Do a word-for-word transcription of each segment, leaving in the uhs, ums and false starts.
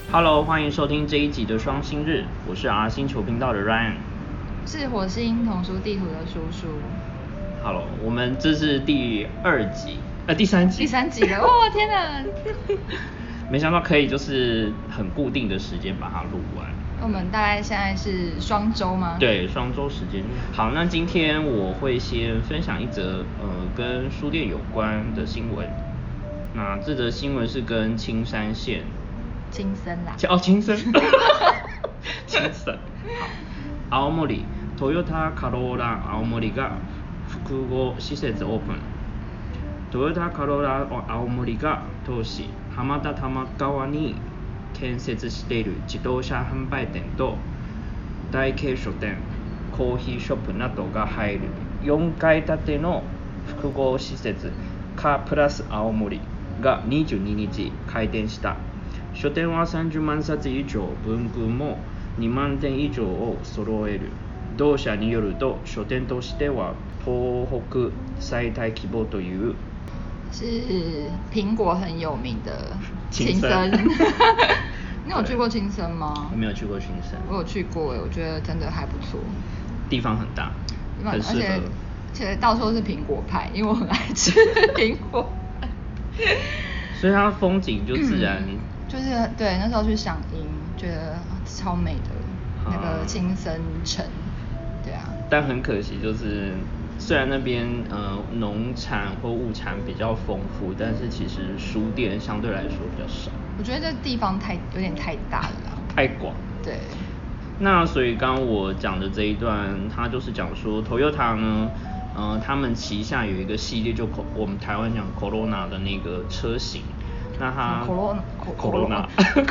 Hello， 欢迎收听这一集的双星日，我是 R 星球频道的 Ryan， 是火星童书地图的叔叔。 Hello， 我们这是第二集，呃，第三集， 第三集了，哇，天哪！ 没想到可以就是很固定的时间把它录完。 我们大概现在是双周吗？ 对，双周时间。好，那今天我会先分享一则呃跟书店有关的新闻。那这则新闻是跟青山县。 青森啦。 哦，青森。青森。好。青森トヨタカローラ青森が複合施設オープン。トヨタカローラ青森が当時浜田多摩川に建設している自動車販売店と大型書店、コーヒーショップなどが入るよんかい建ての複合施設カプラス青森がにじゅうににち開店した。書店はさんじゅうまんさつ以上、文具もにまんてん以上を揃える。同社によると、書店としては東北最大規模という。 是苹果很有名的青森。你有去过青森吗？ 我没有去过青森。 我有去过，我觉得真的还不错。 地方很大，很适合。 而且到处都是苹果派，因为我很爱吃苹果。 所以它风景就自然。 嗯就是对，那时候去赏樱，觉得超美的那个青森城，对啊。 但很可惜，就是虽然那边呃农产或物产比较丰富，但是其实书店相对来说比较少。 我觉得这地方太有点太大了啦。 太广。 对。 那所以刚刚我讲的这一段，它就是讲说 Toyota 呢，呃，他们旗下有一个系列，就我们台湾讲 Corona 的那个车型。那它 Corona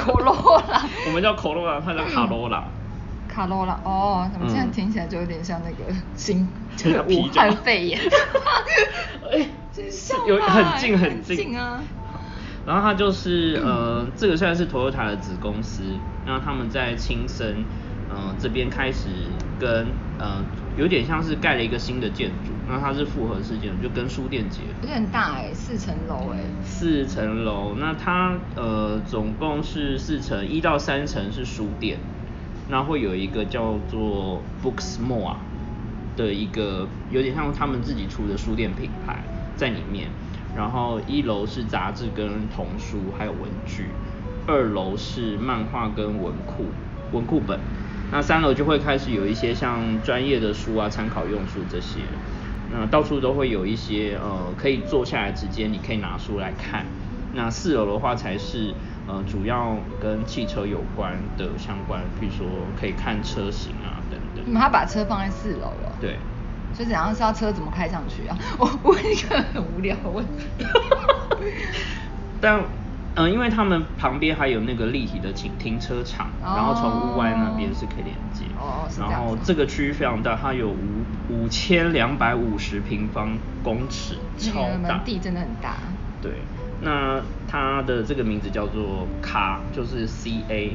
Corona 我们叫 Corona， 它叫卡罗拉。 卡罗拉哦，怎么现在听起来就有点像那个新这个武汉肺炎？ 哎，有很近很近。 近啊。 然后它就是呃，这个虽然是 Toyota 的子公司，那他们在青森呃这边开始跟呃有点像是盖了一个新的建筑。那它是复合式建筑，就跟书店结合。 有点大哎、欸，四层楼哎。 四层楼，那它呃总共是四层，一到三层是书店，那会有一个叫做 Booksmart 的一个有点像他们自己出的书店品牌在里面。然后一楼是杂志跟童书还有文具，二楼是漫画跟文库文库本，那三楼就会开始有一些像专业的书啊、参考用书这些。那到处都会有一些呃可以坐下来直接你可以拿书来看。那四楼的话才是呃主要跟汽车有关的相关，比如说可以看车型啊等等。 你们他把车放在四楼了？ 对。 所以怎样是要车怎么开上去啊？我问一个很无聊的问题。 但嗯、呃，因为他们旁边还有那个立体的停停车场，哦、然后从屋外那边是可以连接。 哦，是这样。 然后这个区域非常大，它有五五千两百五十平方公尺，超大。 门地真的很大。 对，那它的这个名字叫做 Car， 就是 C A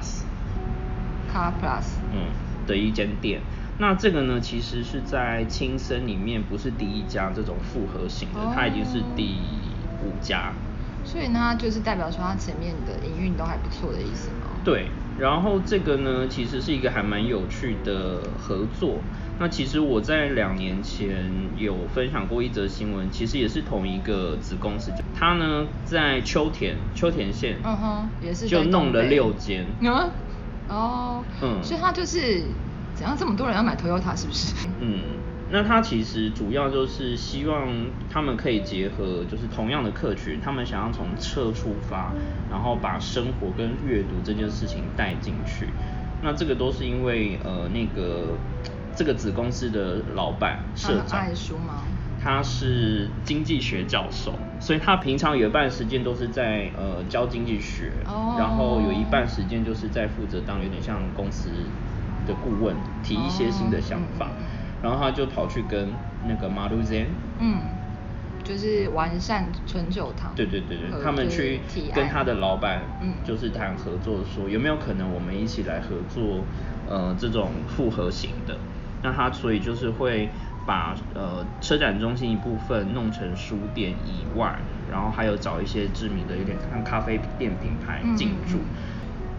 Plus。Car Plus。 嗯，的一间店。那这个呢，其实是在青森里面不是第一家这种复合型的，哦、它已经是第五家。 所以呢，就是代表说它前面的营运都还不错的意思吗？ 对，然后这个呢，其实是一个还蛮有趣的合作。那其实我在两年前有分享过一则新闻，其实也是同一个子公司，它呢在秋田秋田县， 嗯哼，也是就弄了六间。 嗯，哦，嗯，所以它就是怎样这么多人要买 Toyota 是不是？ 嗯。那它其实主要就是希望他们可以结合，就是同样的客群，他们想要从车出发，然后把生活跟阅读这件事情带进去。那这个都是因为呃那个这个子公司的老板社长， 爱书吗？ 他是经济学教授，所以他平常有一半时间都是在呃教经济学，哦、然后有一半时间就是在负责当有点像公司的顾问，提一些新的想法。哦然后他就跑去跟那个马路ዜን， 嗯，就是完善纯酒堂， 对对对对，他们去跟他的老板，嗯，就是谈合作，说有没有可能我们一起来合作，呃，这种复合型的。那他所以就是会把呃车展中心一部分弄成书店以外，然后还有找一些知名的有点像咖啡店品牌进驻。嗯嗯嗯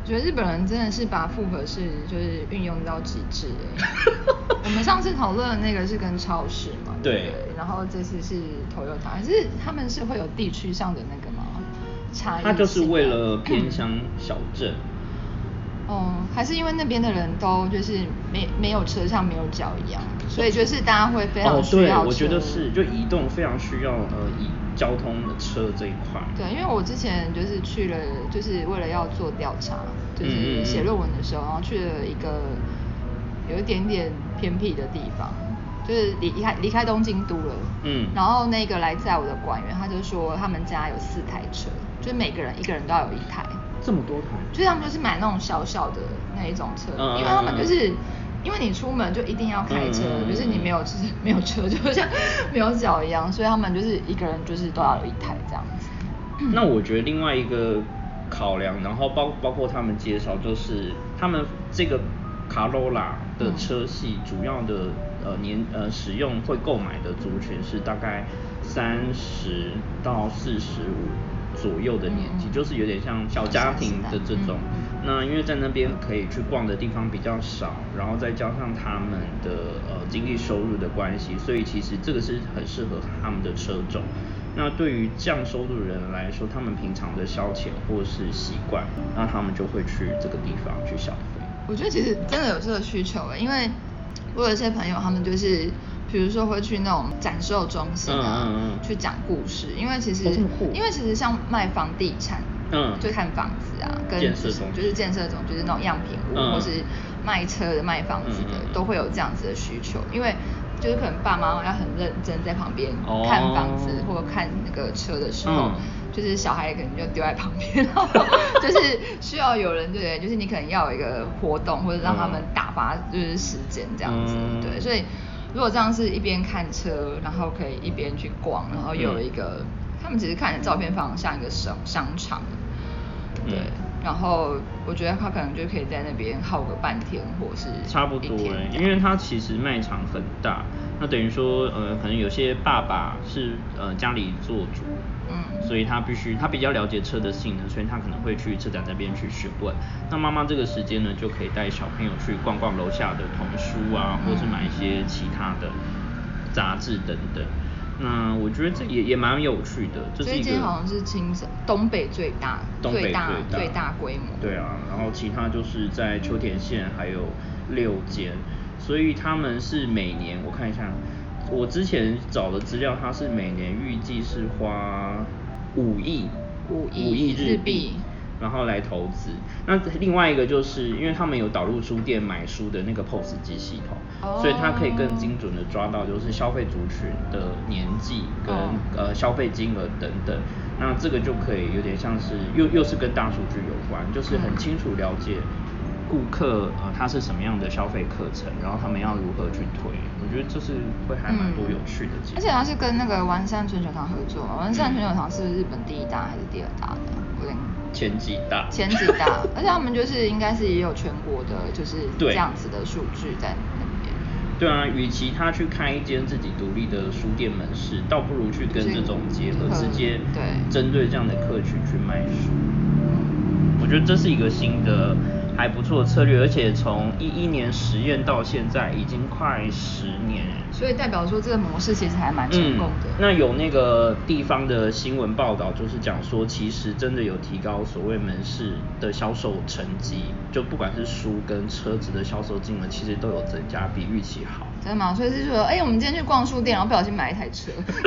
我觉得日本人真的是把复合式就是运用到极致哎。我们上次讨论的那个是跟超市嘛，对不对？ 对， 然后这次是 Toyota， 还是他们是会有地区上的那个吗？差异性？ 它就是为了偏乡小镇。 哦，还是因为那边的人都就是没没有车像没有脚一样，所以就是大家会非常需要车。 哦，对，我觉得是，就移动非常需要呃以交通的车这一块。 对，因为我之前就是去了，就是为了要做调查，就是写论文的时候，然后去了一个有一点点偏僻的地方，就是离离开离开东京都了。嗯。然后那个来载我的管员，他就说他们家有四台车，就是每个人一个人都要有一台。 这么多台？ 就是他们就是买那种小小的那一种车， 嗯、 因为他们就是因为你出门就一定要开车，嗯、就是你没有就是没有车就像没有脚一样，所以他们就是一个人就是都要有一台这样子。 那我觉得另外一个考量，然后包包括他们介绍，就是他们这个卡罗拉的车系主要的、呃年呃使用会购买的族群是大概三十到四十五。左右的年纪，嗯、就是有点像小家庭的这种。嗯、那因为在那边可以去逛的地方比较少，然后再加上他们的呃经济收入的关系，所以其实这个是很适合他们的车种。那对于这样收入的人来说，他们平常的消遣或是习惯，那他们就会去这个地方去消费。 我觉得其实真的有这个需求诶，因为我有一些朋友，他们就是。比如说会去那种展售中心啊，嗯嗯嗯去讲故事，因为其实、哦、因为其实像卖房地产，嗯，就看房子啊，跟建设中就是建设中就是那种样品屋，嗯、或是卖车的、卖房子的，嗯嗯都会有这样子的需求，因为就是可能爸妈要很认真在旁边看房子、哦、或者看那个车的时候。嗯就是小孩可能就丢在旁边，然后就是需要有人对，就是你可能要有一个活动，或者让他们打发就是时间这样子，嗯、对，所以如果这样是一边看车，然后可以一边去逛，然后又有一个，嗯、他们其实看的照片非常像一个商商场，对，嗯、然后我觉得他可能就可以在那边耗个半天，或者是差不多哎，因为他其实卖场很大，那等于说呃，可能有些爸爸是呃家里做主。嗯，所以他必须，他比较了解车的性能，所以他可能会去车展那边去询问。那妈妈这个时间呢，就可以带小朋友去逛逛楼下的童书啊，或是买一些其他的杂志等等。那我觉得这也也蛮有趣的。这是一个， 这间好像是青森东北最大、 东北最大、 最大规模。 对啊，然后其他就是在秋田县还有六间，所以他们是每年我看一下。我之前找的资料，它是每年预计是花五亿五亿日币，然后来投资。那另外一个就是因为他们有导入书店买书的那个 P O S 机系统，哦、所以它可以更精准的抓到就是消费族群的年纪跟、哦、呃消费金额等等。那这个就可以有点像是又又是跟大数据有关，就是很清楚了解。顾客呃他是什么样的消费课程，然后他们要如何去推，我觉得这是会还蛮多有趣的节目、嗯。 而且它是跟那个丸山纯酒堂合作嘛，丸山纯酒堂是日本第一大还是第二大的？有点前几大。 前几大，而且他们就是应该是也有全国的，就是这样子的数据在那边。 对啊，与其他去开一间自己独立的书店门市，倒不如去跟这种结合，直接对针对这样的客群去卖书。我觉得这是一个新的。还不错的策略，而且从一一年实验到现在已经快十年， 所以代表说这个模式其实还蛮成功的。 嗯、那有那个地方的新闻报道，就是讲说，其实真的有提高所谓门市的销售成绩，就不管是书跟车子的销售金额，其实都有增加，比预期好。 真的吗？所以是说，哎、欸，我们今天去逛书店，然后不小心买一台车。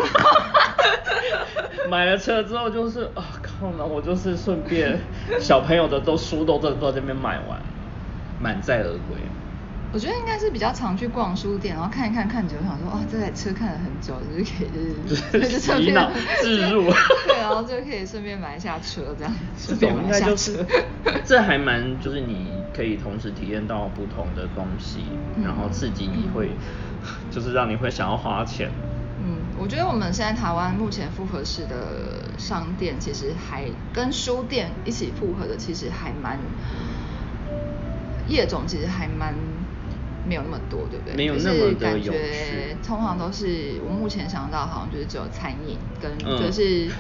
买了车之后就是啊，靠呢，我就是顺便小朋友的都书都在都在这边买完，满载而归。 我觉得应该是比较常去逛书店，然后看一看看久，想说，哇，这台车看了很久，就是可以就是洗脑置入， 对，然后就可以顺便买一下车这样， 顺便买一下车。这还蛮就是你可以同时体验到不同的东西，嗯、然后刺激你会，就是让你会想要花钱。 嗯，我觉得我们现在台湾目前复合式的商店，其实还跟书店一起复合的，其实还蛮业种，其实还蛮没有那么多，对不对？ 没有那么的有趣。 就是感觉通常都是我目前想到，好像就是只有餐饮跟就是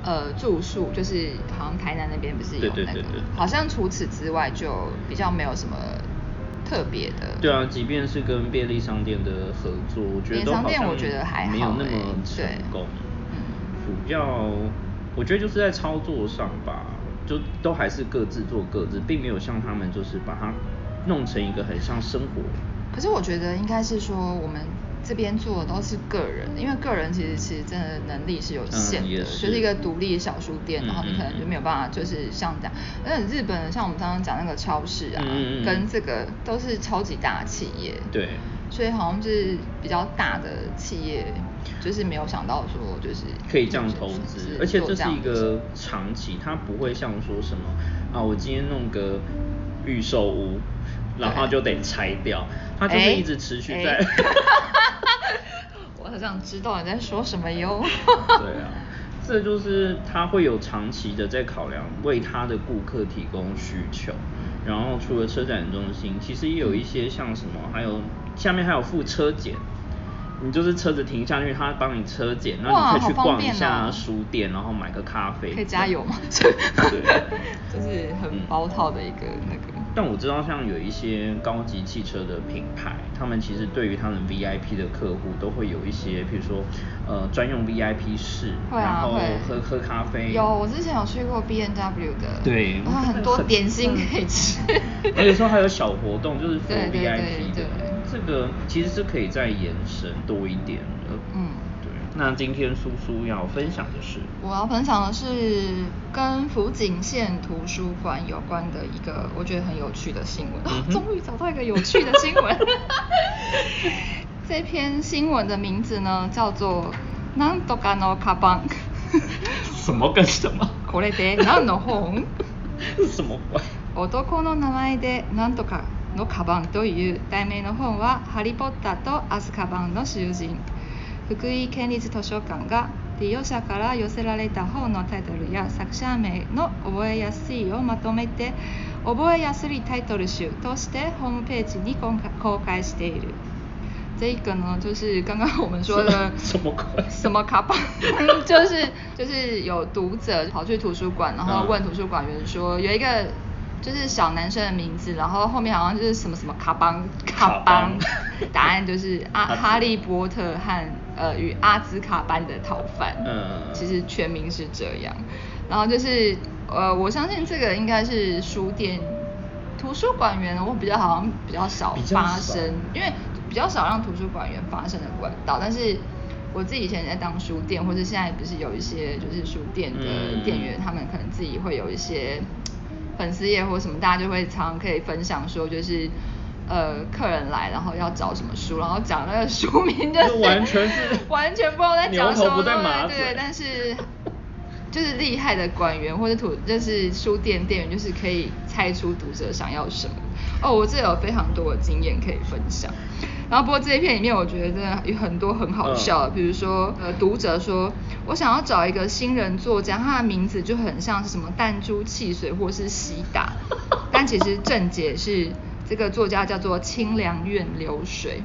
呃住宿，就是好像台南那边不是有那个， 对对对对好像除此之外就比较没有什么特别的。 对啊，即便是跟便利商店的合作，我觉得都好像我觉得还好没有那么成功。比较，我觉得就是在操作上吧，就都还是各自做各自，并没有像他们就是把它弄成一个很像生活。 可是我觉得应该是说我们这边做的都是个人，因为个人其实其实真的能力是有限的， 嗯、 就是一个独立小书店， 嗯、 然后你可能就没有办法就是像这样。而且日本像我们刚刚讲那个超市啊， 嗯、 跟这个都是超级大的企业， 对， 所以好像是比较大的企业，就是没有想到说就是可以这样投资，而且这是一个长期，它不会像说什么啊，我今天弄个预售屋。然后就得拆掉，它就是一直持续在。欸欸、 我好想知道你在说什么哟。 对啊，这就是他会有长期的在考量，为他的顾客提供需求。然后除了车展中心，其实也有一些像什么，还有下面还有附车检。你就是车子停下去，他帮你车检，然后你可以去逛一下书店，然后买个咖啡。 可以加油吗？ 对， 就是很包套的一个那个。 但我知道像有一些高级汽车的品牌，他们其实对于他们 V I P 的客户都会有一些，比如说呃专用 V I P 室， 啊、 然后喝喝咖啡。 有，我之前有去过 B M W 的， 对， 然后很多点心可以吃。 而且说还有小活动，就是 for V I P 的， 对对对对这个其实是可以再延伸多一点的。嗯。那今天苏苏要分享的是， 我要分享的是跟福井县图书馆有关的一个我觉得很有趣的新闻。嗯、终于找到一个有趣的新闻。这篇新闻的名字呢叫做「なんとかのカバン」。 什么跟什么？ これで何の本？ 什么鬼？ 男の名前でなんとかのカバンという題名の本はハリー・ポッターとアズカバンの囚人。福井県立図書館が利用者から寄せられた本のタイトルや作者名の覚えやすいをまとめて覚えやすいタイトル集としてホームページに公開している。这个呢，就是刚刚我们说的什么鬼？ 什么卡巴？就是就是有读者跑去图书馆，然后问图书馆员说，有一个就是小男生的名字，然后后面好像就是什么什么卡邦卡邦，答案就是阿哈利波特和呃与阿兹卡班的逃犯。嗯，其实全名是这样。然后就是呃，我相信这个应该是书店、图书馆员，我比较好像比较少发生，因为比较少让图书馆员发生的管道。但是我自己以前在当书店，或者现在不是有一些就是书店的店员，嗯、他们可能自己会有一些粉丝页或什么，大家就会常常可以分享说，就是呃客人来，然后要找什么书，然后讲那个书名就是、 完全是完全不知道在讲什么， 对对对，但是就是厉害的馆员或者图就是书店店员，就是可以猜出读者想要什么。哦，我这有非常多的经验可以分享。然后不过这一篇里面我觉得真的有很多很好笑的，嗯、比如说呃读者说我想要找一个新人作家，他的名字就很像是什么弹珠汽水或是西打，但其实正解是这个作家叫做清凉院流水。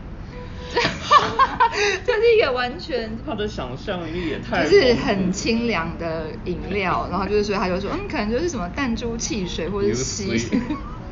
这是一个完全他的想象力也太就是很清凉的饮料，然后就是说他就说嗯可能就是什么弹珠汽水或是西。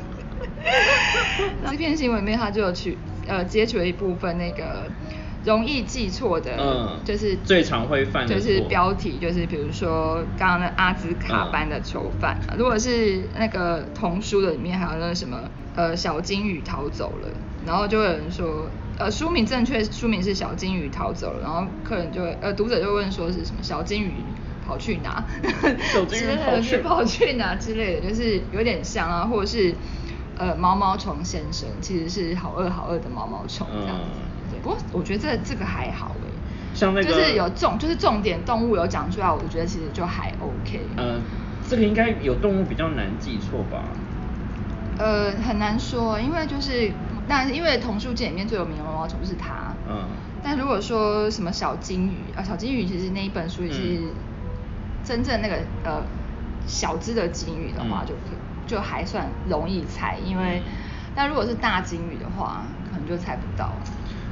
这篇新闻里面他就有取呃截取了一部分那个容易记错的，嗯，就是最常会犯的错， 就是标题，就是比如说刚刚的阿兹卡班的囚犯，嗯、如果是那个童书的里面还有那个什么呃小金鱼逃走了，然后就会有人说呃书名正确，书名是小金鱼逃走了，然后客人就会呃读者就问说是什么小金鱼跑去哪， 小金鱼跑去跑去哪之类的，就是有点像啊，或者是呃毛毛虫先生其实是好饿好饿的毛毛虫这样子。嗯对，不过我觉得这这个还好哎， 像那个就是有重就是重点动物有讲出来，我觉得其实就还 OK。 呃，这个应该有动物比较难记错吧？ 呃，很难说，因为就是但因为童书界里面最有名的毛毛虫是它，嗯，但如果说什么小金鱼啊，小金鱼其实那一本书也是真正那个呃小只的金鱼的话就，就、嗯、就还算容易猜，因为、嗯、但如果是大金鱼的话，可能就猜不到。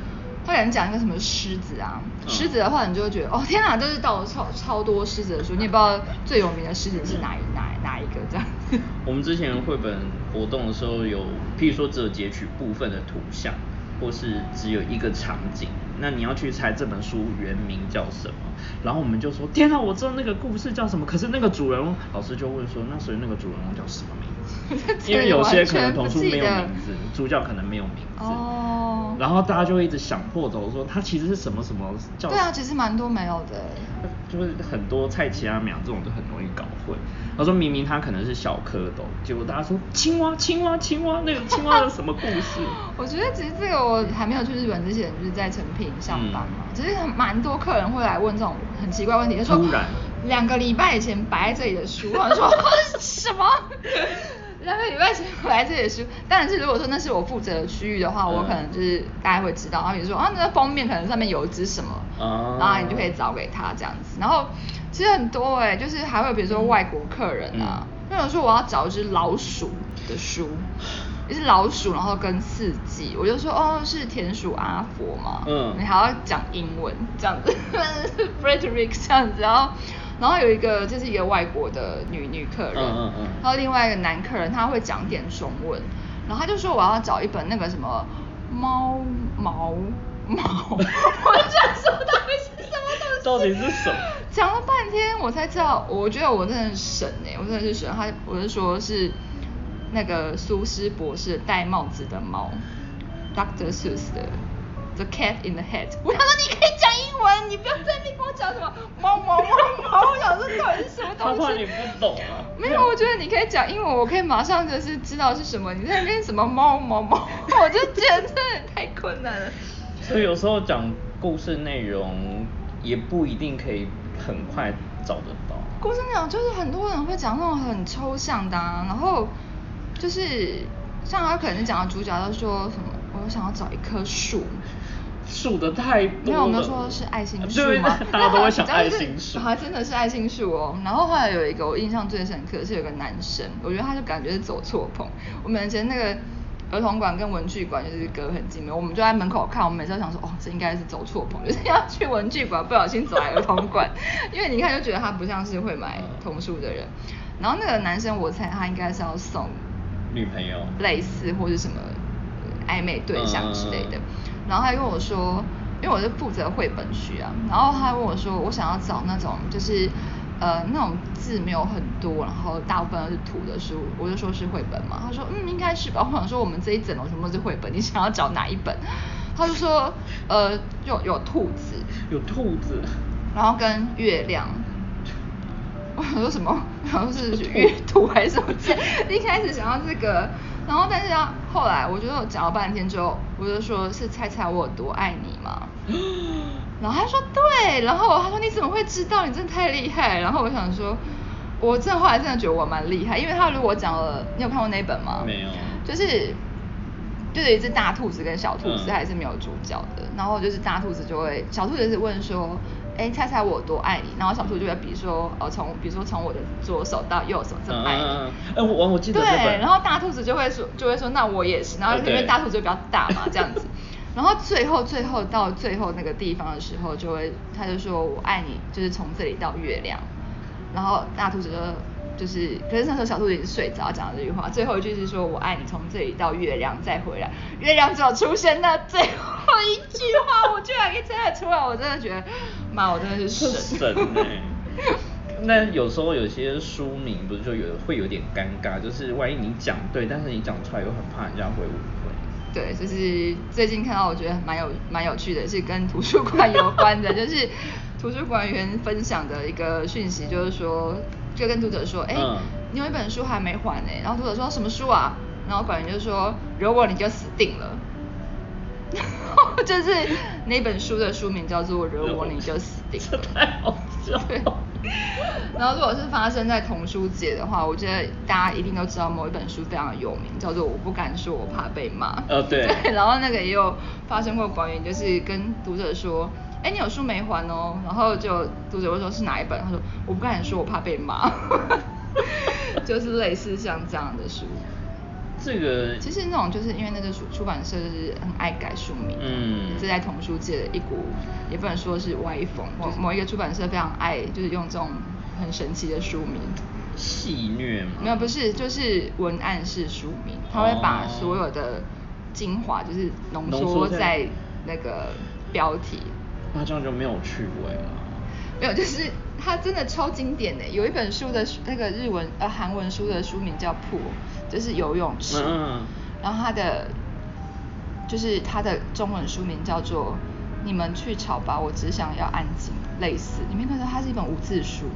他可能讲一个什么狮子啊，狮子的话你就会觉得哦天哪，就是到了超超多狮子的书，你也不知道最有名的狮子是哪一哪哪一个这样。 我们之前绘本活动的时候有，譬如说只有截取部分的图像，或是只有一个场景，那你要去猜这本书原名叫什么，然后我们就说天啊，我知道那个故事叫什么，可是那个主人翁，老师就问说，那所以那个主人翁叫什么名字？因为有些可能童书没有名字，主角可能没有名字。哦。然后大家就会一直想破头说，它其实是什么什么叫？ 对啊，其实蛮多没有的。 就是很多菜奇亚苗这种就很容易搞混。他说明明它可能是小蝌蚪，结果大家说青蛙青蛙青蛙，那个青蛙有什么故事？ 我觉得其实这个我还没有去日本之前，就是在成品上班嘛，其实蛮多客人会来问这种很奇怪问题，就说两个礼拜以前摆在这里的书，我说什么？两个礼拜前摆在这里的书，当然是如果说那是我负责的区域的话，我可能就是大家会知道，然后比如说啊，那封面可能上面有一只什么，哦、然后你就可以找给他这样子。然后其实很多哎、欸，就是还会比如说外国客人啊，那种、嗯、说我要找一只老鼠的书，也是老鼠，然后跟四季，我就说哦是田鼠阿佛嘛，嗯，你还要讲英文这样子，Frederick 这样子，然后。然后有一个就是一个外国的女女客人，嗯嗯嗯，然后另外一个男客人他会讲点中文，然后他就说我要找一本那个什么猫毛毛，我就想说到底是什么东西？ 到底是什么？ 讲了半天我才知道，我觉得我真的是神哎、欸，我真的是神。他我就说是那个苏斯博士戴帽子的猫 ，Doctor Seuss 的。The Cat in the Hat， 我想说你可以讲英文，你不要在那边跟我讲什么猫猫猫猫，我想说到底是什么东西？ 他怕你不懂啊。 没有，我觉得你可以讲英文，我可以马上就是知道是什么。你在那边什么猫猫猫，我就觉得真的太困难了。 所以有时候讲故事内容也不一定可以很快找得到。 故事内容就是很多人会讲那种很抽象的、啊，然后就是像他可能讲的主角都说什么，我想要找一棵树。 树的太多了， 没有，我们说是爱心树嘛， 大家都会想爱心树， 还真的是爱心树哦。然后后来有一个我印象最深刻是有个男生，我觉得他就感觉是走错棚。我们以前那个儿童馆跟文具馆就是隔很近，我们就在门口看，我们每次都想说哦，这应该是走错棚，就是要去文具馆，不小心走来儿童馆，因为你看就觉得他不像是会买童书的人。然后那个男生我猜他应该是要送女朋友， 类似或是什么暧昧对象之类的。嗯然后他跟我说，因为我是负责绘本区啊，然后他问我说，我想要找那种就是呃那种字没有很多，然后大部分都是图的书，我就说是绘本嘛，他说嗯应该是吧，我想说我们这一整楼全部都是绘本，你想要找哪一本？他就说呃有有兔子， 有兔子， 然后跟月亮。我想说什么？好像是月图还是什么？一开始想要这个，然后但是他后来我觉得我讲了半天之后，我就说是猜猜我有多爱你嘛。然后他说对，然后他说你怎么会知道？你真的太厉害。然后我想说，我真的后来真的觉得我蛮厉害，因为他如果讲了，你有看过那本吗？ 没有。 就是就是一只大兔子跟小兔子还是没有主角的，嗯、然后就是大兔子就会，小兔子是问说。哎，猜猜我多爱你？然后小兔就会比如说，呃，从比如说从我的左手到右手这么爱你。哎、 嗯，我我记得这本。 对，然后大兔子就会说，就会说那我也是。然后因为大兔子就比较大嘛，这样子。然后最后最后到最后那个地方的时候，就会他就说我爱你，就是从这里到月亮。然后大兔子就就是，可是那时候小兔子已经睡着，讲了这句话。最后一句是说我爱你，从这里到月亮再回来。月亮只有出现那最后一句话，我居然可以猜得出来，我真的觉得。妈，我真的是神神哎、欸！那有时候有些书名不是就有会有点尴尬，就是万一你讲对，但是你讲出来又很怕人家会误会。 对，就是最近看到我觉得蛮有蛮有趣的，是跟图书馆有关的，就是图书馆员分享的一个讯息，就是说就跟读者说，哎、欸嗯，你有一本书还没还哎、欸，然后读者说什么书啊？然后馆员就说惹我你就死定了。就是那本书的书名叫做《惹我你就死定了》， 太好笑了。 然后如果是发生在童书节的话，我觉得大家一定都知道某一本书非常的有名，叫做《我不敢说，我怕被骂》。 呃，对。 对，然后那个也有发生过馆员，就是跟读者说，哎，你有书没还哦？然后就读者会说是哪一本？他说我不敢说，我怕被骂。就是类似像这样的书。 这个其实那种就是因为那个出出版社就是很爱改书名，嗯，这在童书界的一股也不能说是歪风，某某一个出版社非常爱就是用这种很神奇的书名。 戏谑吗？ 没有，不是，就是文案式书名，他会把所有的精华就是浓缩在那个标题。 那这样就没有趣味了。 没有，就是它真的超经典的。有一本书的那个日文呃韩文书的书名叫 Pool， 就是游泳池。嗯。然后它的就是它的中文书名叫做你们去吵吧，我只想要安静，类似。你没看到它是一本无字书。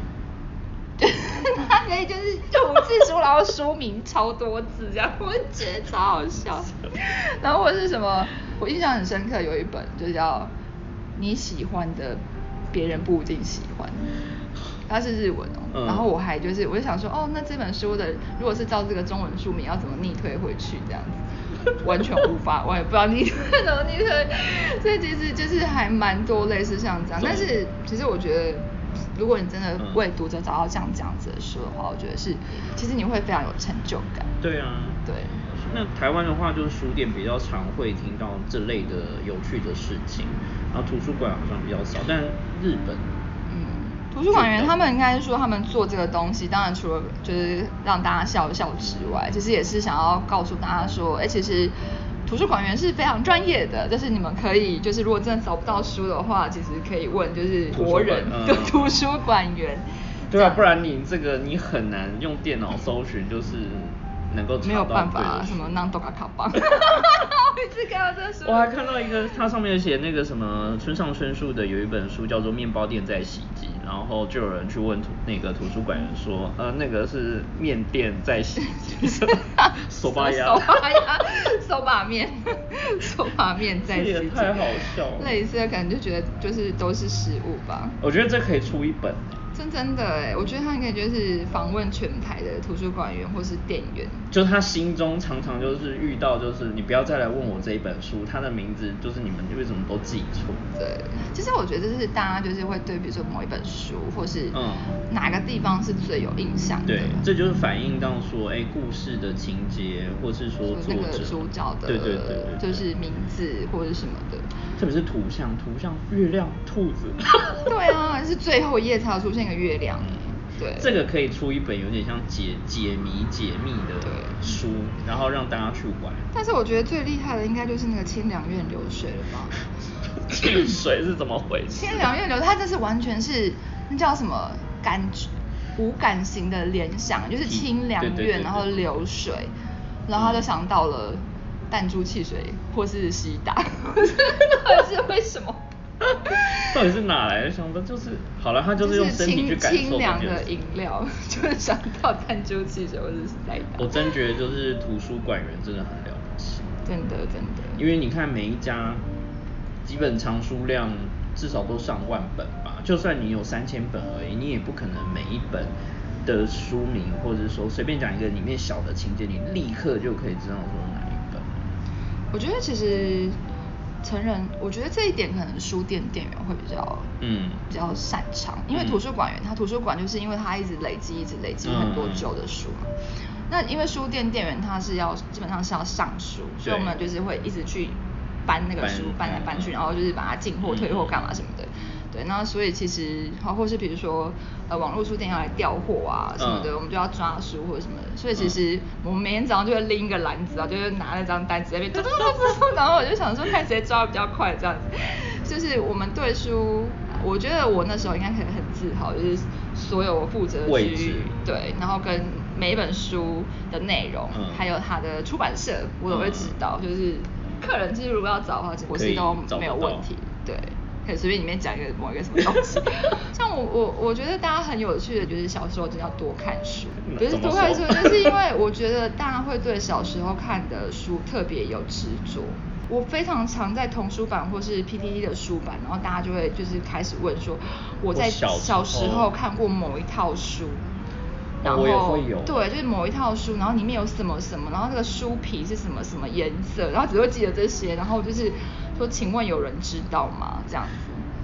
它可以就是就无字书，然后书名超多字这样，我觉得超好笑。然后或是什么，我印象很深刻，有一本就叫你喜欢的别人不一定喜欢，它是日文哦。嗯、然后我还就是我就想说，哦，那这本书的如果是照这个中文书名，要怎么逆推回去这样子？完全无法，我也不知道逆推怎么逆推。所以其实就是还蛮多类似像这样，但是其实我觉得。如果你真的为读者找到这样这样子的书的话，我觉得是，其实你会非常有成就感。 对啊， 对。 那台湾的话，就是书店比较常会听到这类的有趣的事情，然后图书馆好像比较少，但日本， 嗯，图书馆员他们应该是说他们做这个东西，当然除了就是让大家笑一笑之外，其实也是想要告诉大家说，哎，其实。图书馆员是非常专业的，就是你们可以，就是如果真的找不到书的话，其实可以问就是国人的图书馆员。 嗯、对啊，不然你这个你很难用电脑搜寻，就是能够查到没有办法什么南多卡卡邦。我一直看到这书。 我还看到一个，它上面写那个什么村上春树的有一本书叫做《面包店在洗机》，然后就有人去问图那个图书馆员说，呃，那个是面店在洗机，手把鸭， 手把鸭，手把面，手把面在洗机， 也太好笑了。 类似的感觉就觉得就是都是食物吧。 我觉得这可以出一本。 真真的哎，我觉得他应该就是访问全台的图书馆员或是店员， 就他心中常常就是遇到就是你不要再来问我这一本书，它的名字就是你们为什么都记错？ 对，其实我觉得这是大家就是会对比如说某一本书或是哪个地方是最有印象的， 对，这就是反映到说哎故事的情节，或是说作者那个主角的， 对对对对， 就是名字或者什么的， 特别是图像，图像月亮、兔子， 对啊，是最后一页才有出现一个月亮。对， 这个可以出一本有点像解解谜解密的书，然后让大家去玩。 但是我觉得最厉害的应该就是那个千良院流水了吧？ 清水是怎么回事？ 千良院流，它这是完全是那叫什么感无感型的联想，就是清凉院，然后流水，然后他就想到了弹珠汽水或是西打，到底是为什么？ 到底是哪来的想法？就是好了，他就是用身体去感受清凉的饮料，就是想到弹珠汽水或者是塞达。 我真觉得就是图书馆员真的很了不起， 真的真的。 因为你看每一家基本藏书量至少都上万本吧，就算你有三千本而已，你也不可能每一本的书名或者说随便讲一个里面小的情节，你立刻就可以知道说哪一本。 我觉得其实。成人，我觉得这一点可能书店店员会比较，嗯，比较擅长，因为图书馆员他图书馆就是因为他一直累积，一直累积很多旧的书嘛。嗯、那因为书店店员他是要基本上是要上书，所以我们就是会一直去搬那个书，搬来搬去，然后就是把它进货、退货干嘛什么的。对，那所以其实，好，或是比如说，呃，网络书店要来调货啊什么的，嗯、我们就要抓书或者什么的。所以其实我们每天早上就会拎一个篮子啊，就是拿那张单子在那边嘟嘟嘟嘟，然后我就想说看谁抓的比较快这样子。就是我们对书，我觉得我那时候应该可以很自豪，就是所有我负责的区域，对，然后跟每一本书的内容，嗯、还有它的出版社，我都会知道。嗯、就是客人其实如果要找的话，我是都没有问题，对。可以随便里面讲一个某一个什么东西，像我我我觉得大家很有趣的就是小时候就要多看书，不是多看书，就是因为我觉得大家会对小时候看的书特别有执着。我非常常在童书版或是 P T T 的书版，然后大家就会就是开始问说我在小时候看过某一套书。然后对，就是某一套书，然后里面有什么什么，然后这个书皮是什么什么颜色，然后只会记得这些，然后就是说，请问有人知道吗？这样子。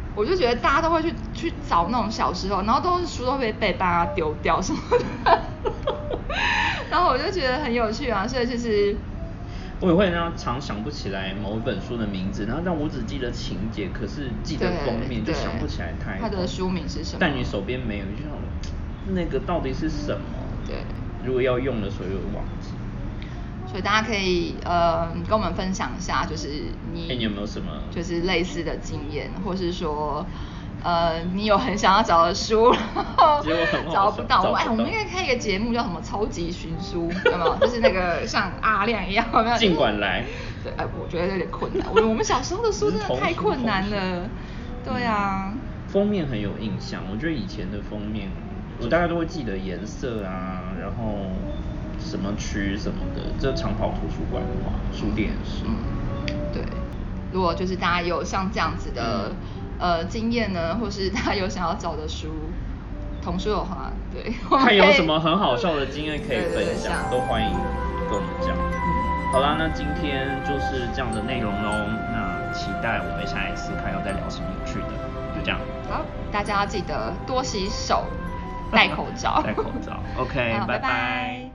我就觉得大家都会去去找那种小时候，然后都是书都会被大家丢掉什么的，然后我就觉得很有趣啊，所以就是。 我也会让常想不起来某一本书的名字，然后让我只记得情节，可是记得封面就想不起来它。 它的书名是什么？ 但你手边没有，就想那个到底是什么？ 对。 如果要用的时候又忘记。 所以大家可以呃跟我们分享一下，就是你， 欸、你有没有什么就是类似的经验，或是说呃你有很想要找的书，然后找不到，哎，我们应该开一个节目叫什么超级寻书，有没有？就是那个像阿亮一样，有没有？ 尽管来。 对，哎，我觉得有点困难。我我们小时候的书真的太困难了。对啊。 封面很有印象，我觉得以前的封面，我大概都会记得颜色啊，然后什么区什么的。这长跑图书馆的话，书店是。 嗯，对。如果就是大家有像这样子的、嗯、呃经验呢，或是大家有想要找的书，童书的话，对， 看有什么很好笑的经验可以分享，对对对，都欢迎跟我们讲。好啦，那今天就是这样的内容咯，那期待我们下一次看要再聊什么有趣的，就这样。 好，大家要记得多洗手，戴口罩。 戴口罩。OK， 拜拜。